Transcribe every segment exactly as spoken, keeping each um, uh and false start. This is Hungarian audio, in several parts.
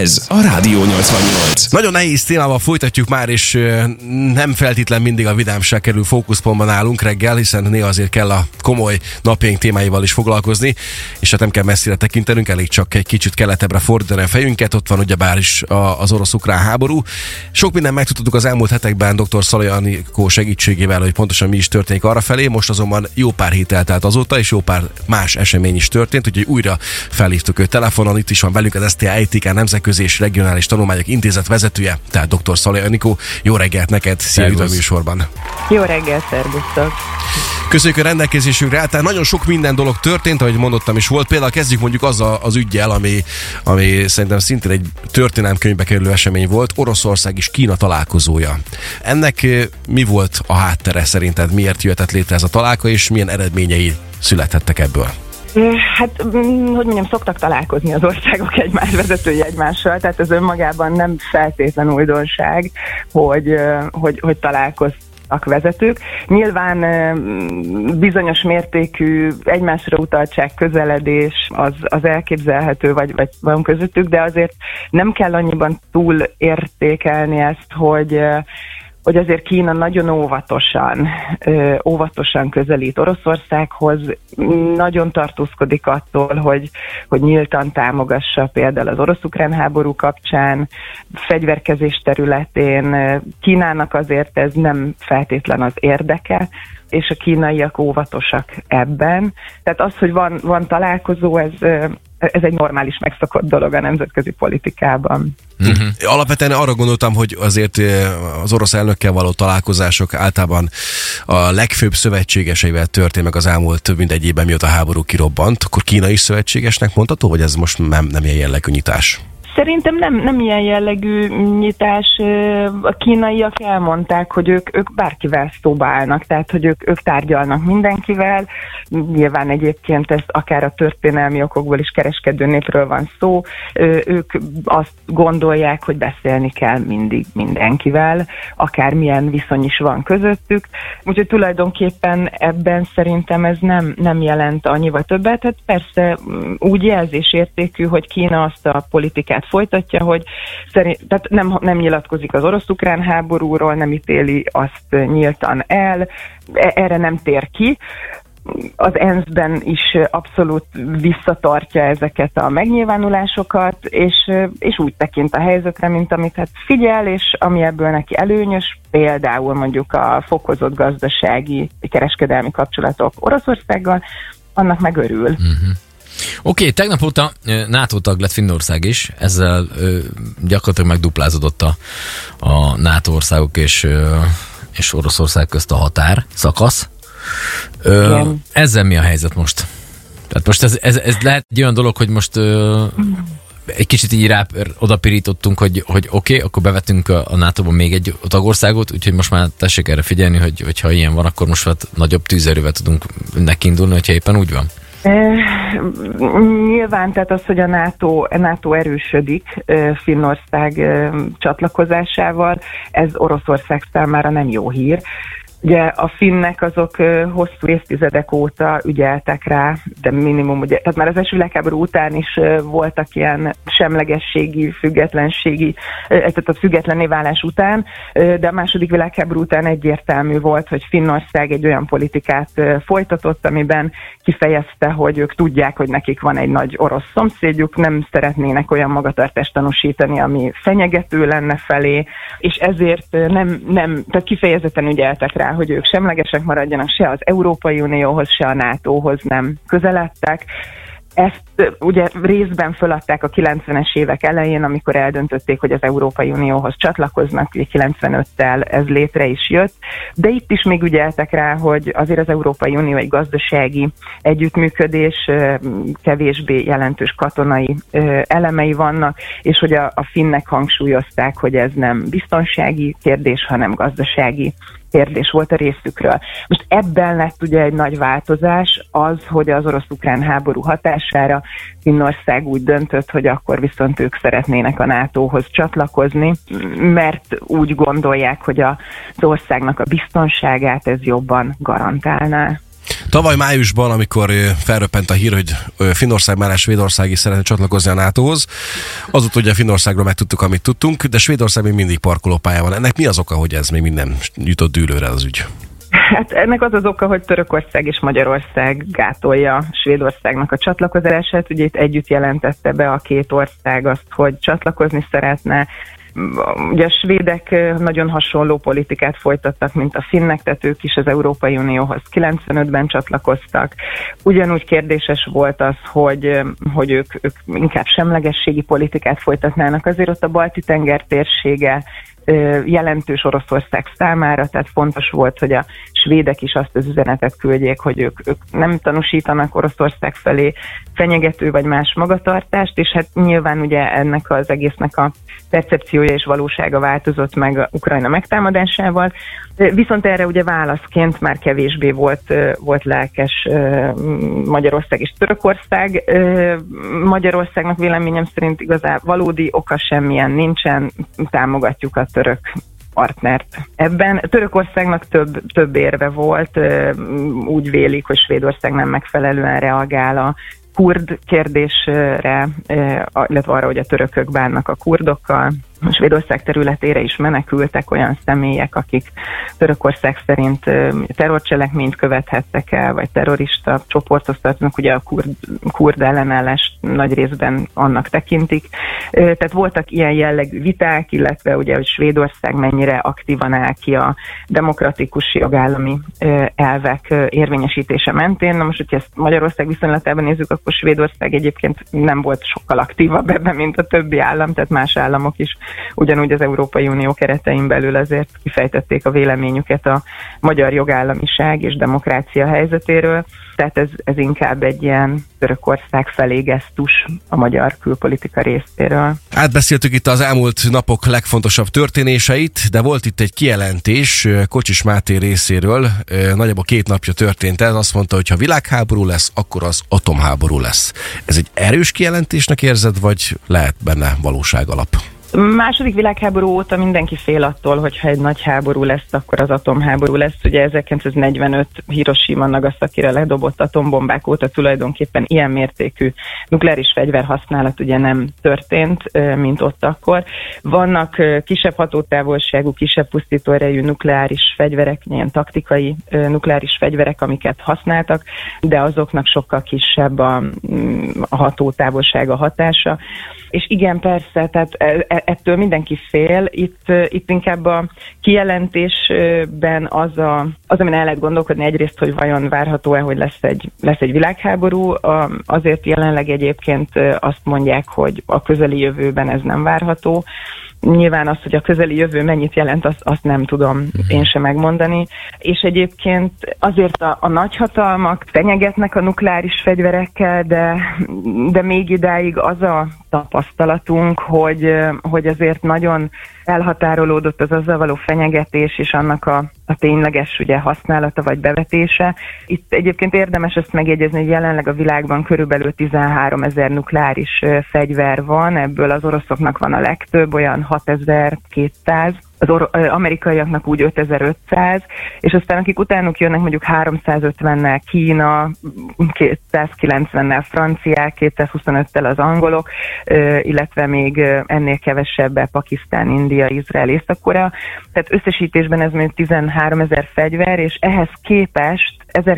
Ez a Rádió nyolcvannyolc. Nagyon nehéz témával folytatjuk már, és nem feltétlen mindig a vidámság kerül fókuszpontban állunk reggel, hiszen néha azért kell a komoly napjaink témáival is foglalkozni, és hát nem kell messzire tekintenünk, elég csak egy kicsit keletebbre fordítani a fejünket. Ott van ugyebár is az orosz-ukrán háború. Sok minden megtudtuk az elmúlt hetekben dr. Szalai Anikó segítségével, hogy pontosan mi is történik arrafelé. Most azonban jó pár hét eltelt azóta, és jó pár más esemény is történt, úgyhogy újra felhívtuk őt telefonon. Itt is van velünk az es té á i té ká Nemzetközi és Regionális Tanulmányok Intézet vezetője, tehát dr. Szalai Anikó. Jó reggelt neked, szia, üdv a műsorban. Jó reggelt, szervusztok. Köszönjük a rendelkezésünkre. Tehát nagyon sok minden dolog történt, ahogy mondottam is volt. Például kezdjük mondjuk azzal az üggyel, ami, ami szerintem szintén egy történelemkönyvbe kerülő esemény volt, Oroszország és Kína találkozója. Ennek mi volt a háttere szerinted? Miért jöhetett létre ez a találka, és milyen eredményei születhettek ebből? Hát, hogy mondjam, szoktak találkozni az országok egymás vezetői egymással, tehát ez önmagában nem feltétlen újdonság, hogy, hogy, hogy találkoztak vezetők. Nyilván bizonyos mértékű egymásra utaltság, közeledés az, az elképzelhető, vagy, vagy van közöttük, de azért nem kell annyiban túl értékelni ezt, hogy hogy azért Kína nagyon óvatosan, ö, óvatosan közelít Oroszországhoz, nagyon tartózkodik attól, hogy, hogy nyíltan támogassa például az orosz-ukrán háború kapcsán, fegyverkezés területén. Kínának azért ez nem feltétlen az érdeke, és a kínaiak óvatosak ebben. Tehát az, hogy van, van találkozó, ez, ez egy normális megszokott dolog a nemzetközi politikában. Uh-huh. Alapvetően arra gondoltam, hogy azért az orosz elnökkel való találkozások általában a legfőbb szövetségeseivel történt meg az elmúlt több mint egy évben, mióta a háború kirobbant. Akkor Kína is szövetségesnek mondható, vagy ez most nem, nem ilyen jellegű nyitás? Szerintem nem, nem ilyen jellegű nyitás. A kínaiak elmondták, hogy ők, ők bárkivel szóba állnak, tehát hogy ők, ők tárgyalnak mindenkivel. Nyilván egyébként ez akár a történelmi okokból is kereskedő népről van szó. Ők azt gondolják, hogy beszélni kell mindig mindenkivel, akármilyen viszony is van közöttük. Úgyhogy tulajdonképpen ebben szerintem ez nem, nem jelent annyival többet. Hát persze úgy jelzésértékű, hogy Kína azt a politikát folytatja, hogy szerint, tehát nem, nem nyilatkozik az orosz-ukrán háborúról, nem ítéli azt nyíltan el, erre nem tér ki. Az é en es ben is abszolút visszatartja ezeket a megnyilvánulásokat, és, és úgy tekint a helyzetre, mint amit hát figyel, és ami ebből neki előnyös, például mondjuk a fokozott gazdasági, kereskedelmi kapcsolatok Oroszországgal, annak meg örül. Uh-huh. Oké, okay, tegnap óta NATO tag lett Finnország is, ezzel ö, gyakorlatilag megduplázódott a, a NATO országok és, ö, és Oroszország közt a határ szakasz. Ö, ezzel mi a helyzet most? Tehát most ez, ez, ez lehet egy olyan dolog, hogy most ö, egy kicsit így rá odapirítottunk, hogy, hogy oké, okay, akkor bevettünk a, a nátóban még egy tagországot, úgyhogy most már tessék erre figyelni, hogy, hogyha ilyen van, akkor most hát nagyobb tűzerővel tudunk nekiindulni, hogyha éppen úgy van. Nyilván, tehát az, hogy a NATO, a NATO erősödik Finnország csatlakozásával, ez Oroszország számára nem jó hír. Ugye a finnek azok hosszú évtizedek óta ügyeltek rá, de minimum, ugye, tehát már az első világháború után is voltak ilyen semlegességi, függetlenségi, tehát a függetlenné válás után, de a második világháború után egyértelmű volt, hogy Finnország egy olyan politikát folytatott, amiben kifejezte, hogy ők tudják, hogy nekik van egy nagy orosz szomszédjuk, nem szeretnének olyan magatartást tanúsítani, ami fenyegető lenne felé, és ezért nem, nem tehát kifejezetten ügyeltek rá, hogy ők semlegesek maradjanak, se az Európai Unióhoz, se a nátóhoz nem közeledtek. Ezt ugye részben föladták a kilencvenes évek elején, amikor eldöntötték, hogy az Európai Unióhoz csatlakoznak, kilencvenöttel ez létre is jött, de itt is még ügyeltek rá, hogy azért az Európai Unió egy gazdasági együttműködés, kevésbé jelentős katonai elemei vannak, és hogy a, a finnek hangsúlyozták, hogy ez nem biztonsági kérdés, hanem gazdasági kérdés volt a részükről. Most ebben lett ugye egy nagy változás az, hogy az orosz-ukrán háború hatására Finnország úgy döntött, hogy akkor viszont ők szeretnének a nátóhoz csatlakozni, mert úgy gondolják, hogy az országnak a biztonságát ez jobban garantálná. Tavaly májusban, amikor felröppent a hír, hogy Finnország mellett Svédország is szeretne csatlakozni a nátóhoz, azóta ugye Finnországról megtudtuk, amit tudtunk, de Svédország még mindig parkolópálya van. Ennek mi az oka, hogy ez még minden jutott dűlőre az ügy? Hát ennek az az oka, hogy Törökország és Magyarország gátolja Svédországnak a csatlakozását. Ugye itt együtt jelentette be a két ország azt, hogy csatlakozni szeretne. Ugye a svédek nagyon hasonló politikát folytattak, mint a finnek, tehát ők is az Európai Unióhoz kilencvenötben csatlakoztak. Ugyanúgy kérdéses volt az, hogy, hogy ők, ők inkább semlegességi politikát folytatnának. Azért ott a Balti-tenger térsége jelentős Oroszország számára, tehát fontos volt, hogy a svédek is azt az üzenetet küldjék, hogy ők, ők nem tanúsítanak Oroszország felé fenyegető vagy más magatartást, és hát nyilván ugye ennek az egésznek a percepciója és valósága változott meg Ukrajna megtámadásával, viszont erre ugye válaszként már kevésbé volt, volt lelkes Magyarország és Törökország. Magyarországnak véleményem szerint igazán valódi oka semmilyen nincsen, támogatjuk a török partnert ebben. Törökországnak több, több érve volt, úgy vélik, hogy Svédország nem megfelelően reagál a kurd kérdésre, illetve arra, hogy a törökök bánnak a kurdokkal. Svédország területére is menekültek olyan személyek, akik Törökország szerint terrorcselekményt követhettek el, vagy terrorista csoporthoz tartoznak, ugye a kurd, kurd ellenállást nagy részben annak tekintik. Tehát voltak ilyen jellegű viták, illetve ugye, hogy Svédország mennyire aktívan áll ki a demokratikus jogállami elvek érvényesítése mentén. Na most, hogyha ezt Magyarország viszonylatában nézzük, akkor Svédország egyébként nem volt sokkal aktívabb ebben, mint a többi állam, tehát más államok is ugyanúgy az Európai Unió keretein belül azért kifejtették a véleményüket a magyar jogállamiság és demokrácia helyzetéről, tehát ez, ez inkább egy ilyen Törökország felé gesztus a magyar külpolitika részéről. Átbeszéltük itt az elmúlt napok legfontosabb történéseit, de volt itt egy kijelentés Kocsis Máté részéről, nagyjából két napja történt ez, azt mondta, hogy ha világháború lesz, akkor az atomháború lesz. Ez egy erős kijelentésnek érzed, vagy lehet benne valóság alap? Második világháború óta mindenki fél attól, hogyha egy nagy háború lesz, akkor az atomháború lesz. Ugye ezerkilencszáznegyvenöt Hiroshima Nagasakira ledobott atombombák óta tulajdonképpen ilyen mértékű nukleáris fegyver használat ugye nem történt, mint ott akkor. Vannak kisebb hatótávolságú, kisebb pusztítóerejű nukleáris fegyverek, ilyen taktikai nukleáris fegyverek, amiket használtak, de azoknak sokkal kisebb a, a hatótávolsága, hatása. És igen, persze, tehát ettől mindenki fél. Itt, itt inkább a kijelentésben az, a, az, amin el lehet gondolkodni egyrészt, hogy vajon várható-e, hogy lesz egy, lesz egy világháború. Azért jelenleg egyébként azt mondják, hogy a közeli jövőben ez nem várható. Nyilván az, hogy a közeli jövő mennyit jelent, azt, azt nem tudom uh-huh. én sem megmondani. És egyébként azért a, a nagyhatalmak fenyegetnek a nukleáris fegyverekkel, de, de még idáig az a tapasztalatunk, hogy, hogy azért nagyon elhatárolódott az azzal való fenyegetés és annak a, a tényleges ugye, használata vagy bevetése. Itt egyébként érdemes ezt megjegyezni, hogy jelenleg a világban körülbelül tizenháromezer nukleáris fegyver van, ebből az oroszoknak van a legtöbb, olyan hatezer-kétszáz, az or- amerikaiaknak úgy ötezer-ötszáz, és aztán akik utánuk jönnek mondjuk háromszázötvennel Kína, kétszázkilencvennel franciák, kétszázhuszonöttel az angolok, illetve még ennél kevesebbel Pakisztán, India, Izrael, Észak-Korea. Tehát összesítésben ez még tizenháromezer fegyver, és ehhez képest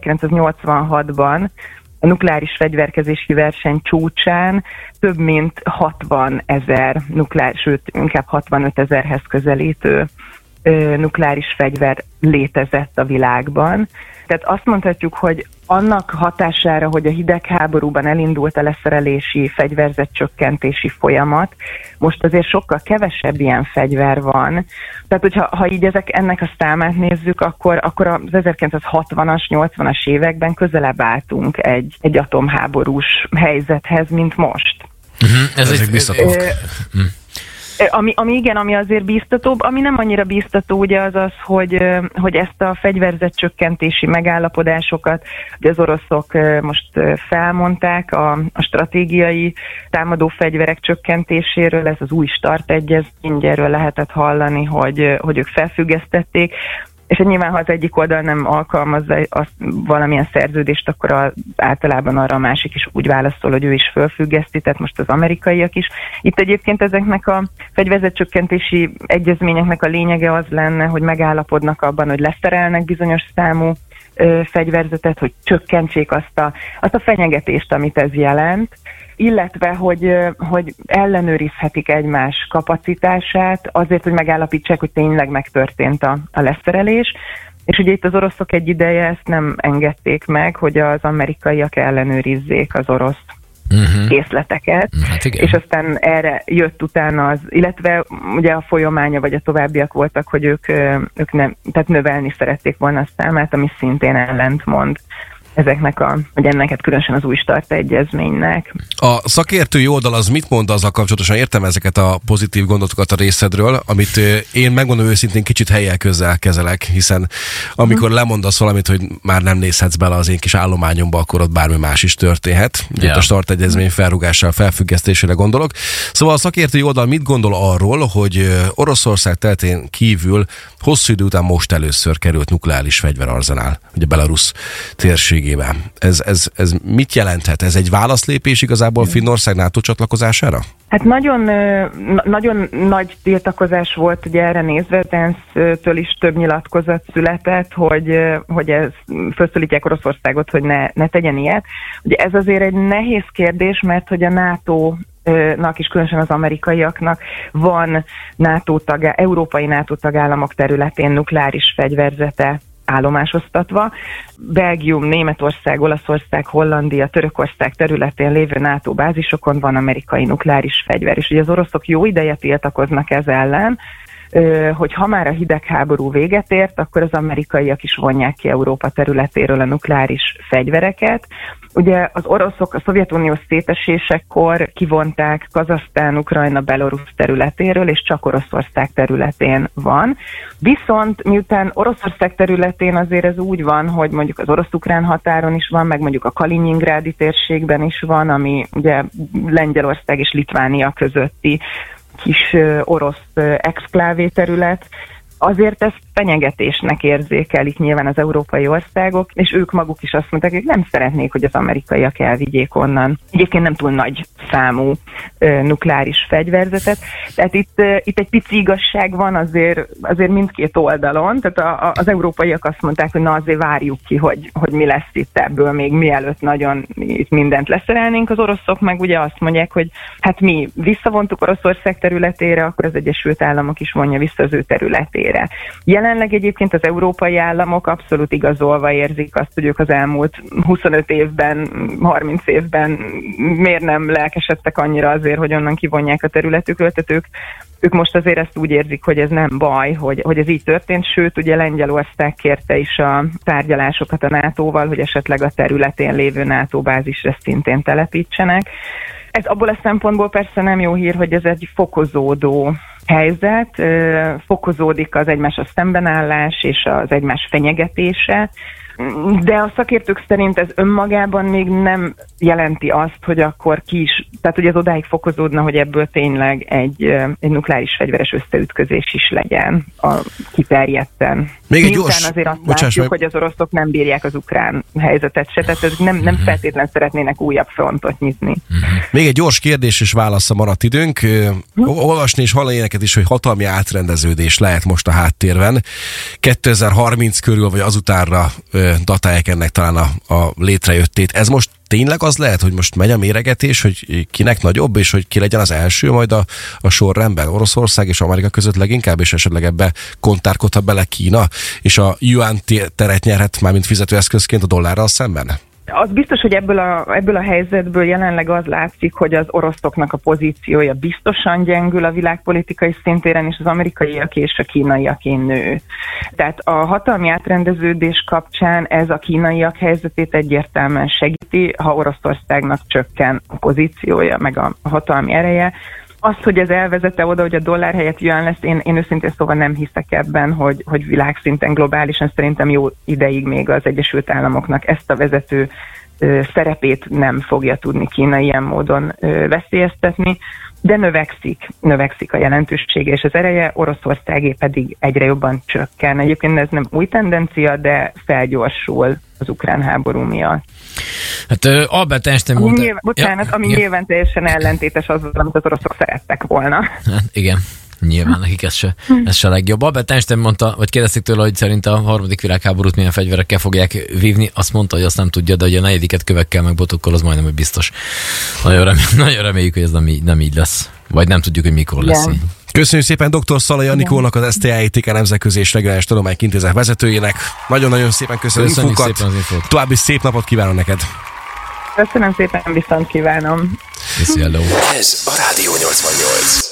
ezerkilencszáznyolcvanhatban a nukleáris fegyverkezési verseny csúcsán több mint hatvanezer nukleáris, sőt inkább hatvanötezerhez közelítő ö, nukleáris fegyver létezett a világban. Tehát azt mondhatjuk, hogy annak hatására, hogy a hidegháborúban elindult a leszerelési fegyverzetcsökkentési folyamat, most azért sokkal kevesebb ilyen fegyver van. Tehát, hogyha ha így ezek, ennek a számát nézzük, akkor, akkor az ezerkilencszázhatvanas, nyolcvanas években közelebb álltunk egy, egy atomháborús helyzethez, mint most. Uh-huh, ez egy biztatók. Ami, ami igen, ami azért bíztatóbb, ami nem annyira bíztató, ugye az az, hogy, hogy ezt a fegyverzetcsökkentési megállapodásokat, ugye az oroszok most felmondták a, a stratégiai támadó fegyverek csökkentéséről, ez az új START egyezmény, erről lehetett hallani, hogy, hogy ők felfüggesztették. és nyilván, ha az egyik oldal nem alkalmazza azt valamilyen szerződést, akkor az általában arra a másik is úgy válaszol, hogy ő is fölfüggeszti, tehát most az amerikaiak is. Itt egyébként ezeknek a fegyverzetcsökkentési egyezményeknek a lényege az lenne, hogy megállapodnak abban, hogy leszerelnek bizonyos számú ö, fegyverzetet, hogy csökkentsék azt a, azt a fenyegetést, amit ez jelent, illetve, hogy, hogy ellenőrizhetik egymás kapacitását azért, hogy megállapítsák, hogy tényleg megtörtént a, a leszerelés. És ugye itt az oroszok egy ideje ezt nem engedték meg, hogy az amerikaiak ellenőrizzék az orosz uh-huh. készleteket, hát és aztán erre jött utána az, illetve ugye a folyamánya vagy a továbbiak voltak, hogy ők, ők nem, tehát növelni szerették volna a számát, ami szintén ellentmond ezeknek a, vagy ennek hát különösen az új START egyezménynek. A szakértői oldal az mit mond azzal kapcsolatosan? Értem ezeket a pozitív gondolatokat a részedről, amit én megmondom őszintén kicsit helyjel közel kezelek, hiszen amikor lemondasz valamit, hogy már nem nézhetsz bele az én kis állományomba, akkor ott bármi más is történhet. Ugye yeah. a START egyezmény felrúgással, felfüggesztésére gondolok. Szóval a szakértői oldal mit gondol arról, hogy Oroszország területén kívül hosszú idő után most először került nukleáris fegyverarzenál, ugye Belarus térségében. Ez, ez, ez mit jelenthet? Ez egy válaszlépés igazából Finnország NATO csatlakozására? Hát nagyon, nagyon nagy tiltakozás volt ugye erre nézve, ENSZ-től is több nyilatkozat született, hogy, hogy ez felszólítják Oroszországot, hogy ne, ne tegyen ilyet. Ugye ez azért egy nehéz kérdés, mert hogy a NATO nak és különösen az amerikaiaknak van NATO tagá, európai NATO tagállamok területén nukleáris fegyverzete állomásoztatva. Belgium, Németország, Olaszország, Hollandia, Törökország területén lévő NATO bázisokon van amerikai nukleáris fegyver. És ugye az oroszok jó ideje tiltakoznak ez ellen, hogy ha már a hidegháború véget ért, akkor az amerikaiak is vonják ki Európa területéről a nukleáris fegyvereket. Ugye az oroszok a Szovjetunió szétesésekor kivonták Kazahsztán, Ukrajna, Belarus területéről, és csak Oroszország területén van. Viszont miután Oroszország területén azért ez úgy van, hogy mondjuk az orosz-ukrán határon is van, meg mondjuk a Kaliningrádi térségben is van, ami ugye Lengyelország és Litvánia közötti kis orosz exklávé terület, azért ezt fenyegetésnek érzékelik nyilván az európai országok, és ők maguk is azt mondták, hogy nem szeretnék, hogy az amerikaiak elvigyék onnan. Egyébként nem túl nagy számú ö, nukleáris fegyverzetet. Tehát itt, ö, itt egy pici igazság van azért, azért mindkét oldalon. Tehát a, a, az európaiak azt mondták, hogy na azért várjuk ki, hogy, hogy mi lesz itt ebből, még mielőtt nagyon itt mindent leszerelnénk. Az oroszok meg ugye azt mondják, hogy hát mi visszavontuk Oroszország területére, akkor az Egyesült Államok is vonja vissza az ő területére. Jelenleg egyébként az európai államok abszolút igazolva érzik azt, hogy ők az elmúlt huszonöt évben, harminc évben miért nem lelkesedtek annyira azért, hogy onnan kivonják a területükről, tehát ők, ők most azért ezt úgy érzik, hogy ez nem baj, hogy, hogy ez így történt, sőt, ugye Lengyelország kérte is a tárgyalásokat a nátóval, hogy esetleg a területén lévő NATO bázisra szintén telepítsenek. Ez abból a szempontból persze nem jó hír, hogy ez egy fokozódó helyzet, fokozódik az egymásra szembenállás és az egymás fenyegetése, de a szakértők szerint ez önmagában még nem jelenti azt, hogy akkor ki is, tehát hogy ez odáig fokozódna, hogy ebből tényleg egy, egy nukleáris fegyveres összeütközés is legyen a kiterjedten. Még egy gyors, azért azt látjuk, meg... hogy az oroszok nem bírják az ukrán helyzetet se, tehát ezek nem, nem uh-huh. feltétlenül szeretnének újabb frontot nyitni. Uh-huh. Még egy gyors kérdés és válasza maradt időnk. Uh-huh. Olvasni és hallani ilyeneket is, hogy hatalmi átrendeződés lehet most a háttérben. kétezer-harminc körül, vagy azutánra datálják ennek talán a, a létrejöttét. Ez most tényleg az lehet, hogy most megy a méregetés, hogy kinek nagyobb, és hogy ki legyen az első majd a, a sorrendben? Oroszország és Amerika között leginkább, és esetleg ebbe kontárkodhat bele Kína, és a yuan teret nyerhet már mint fizetőeszközként a dollárral szemben? Az biztos, hogy ebből a, ebből a helyzetből jelenleg az látszik, hogy az oroszoknak a pozíciója biztosan gyengül a világpolitikai szintéren, és az amerikaiak és a kínaiaké nő. Tehát a hatalmi átrendeződés kapcsán ez a kínaiak helyzetét egyértelműen segíti, ha Oroszországnak csökken a pozíciója, meg a hatalmi ereje. Az, hogy ez elvezete oda, hogy a dollár helyett yuan lesz, én, én őszintén szóval nem hiszek ebben, hogy, hogy világszinten, globálisan szerintem jó ideig még az Egyesült Államoknak ezt a vezető ö, szerepét nem fogja tudni Kína ilyen módon ö, veszélyeztetni. de növekszik, növekszik a jelentősége és az ereje, Oroszországé pedig egyre jobban csökken. Egyébként ez nem új tendencia, de felgyorsul az ukrán háború miatt. Hát uh, Albert Einstein ami mondta... Nyilván, bocsánat, ja, ami ja. nyilván teljesen ellentétes azzal, amit az oroszok szerettek volna. Hát, igen. Nyilván nekik ez se, ez se legjobb. Albert Einstein mondta, vagy kérdezték tőle, hogy szerint a harmadik világháborút milyen fegyverekkel fogják vívni. Azt mondta, hogy azt nem tudja, de hogy a negyediket kövekkel meg botokkal, az majdnem, hogy biztos. Nagyon, remé- nagyon reméljük, hogy ez nem így, nem így lesz. Vagy nem tudjuk, hogy mikor lesz így. Köszönjük szépen dr. Szalai Anikónak, az es té á i té ká Nemzetközi és Regionális Tudományintézet vezetőjének. Nagyon-nagyon szépen köszönöm Köszönjük infokat. szépen az infót. További szép napot kívánok neked. Köszönöm szépen, viszont kívánom. Köszi, hello. Ez a Rádió nyolcvannyolc.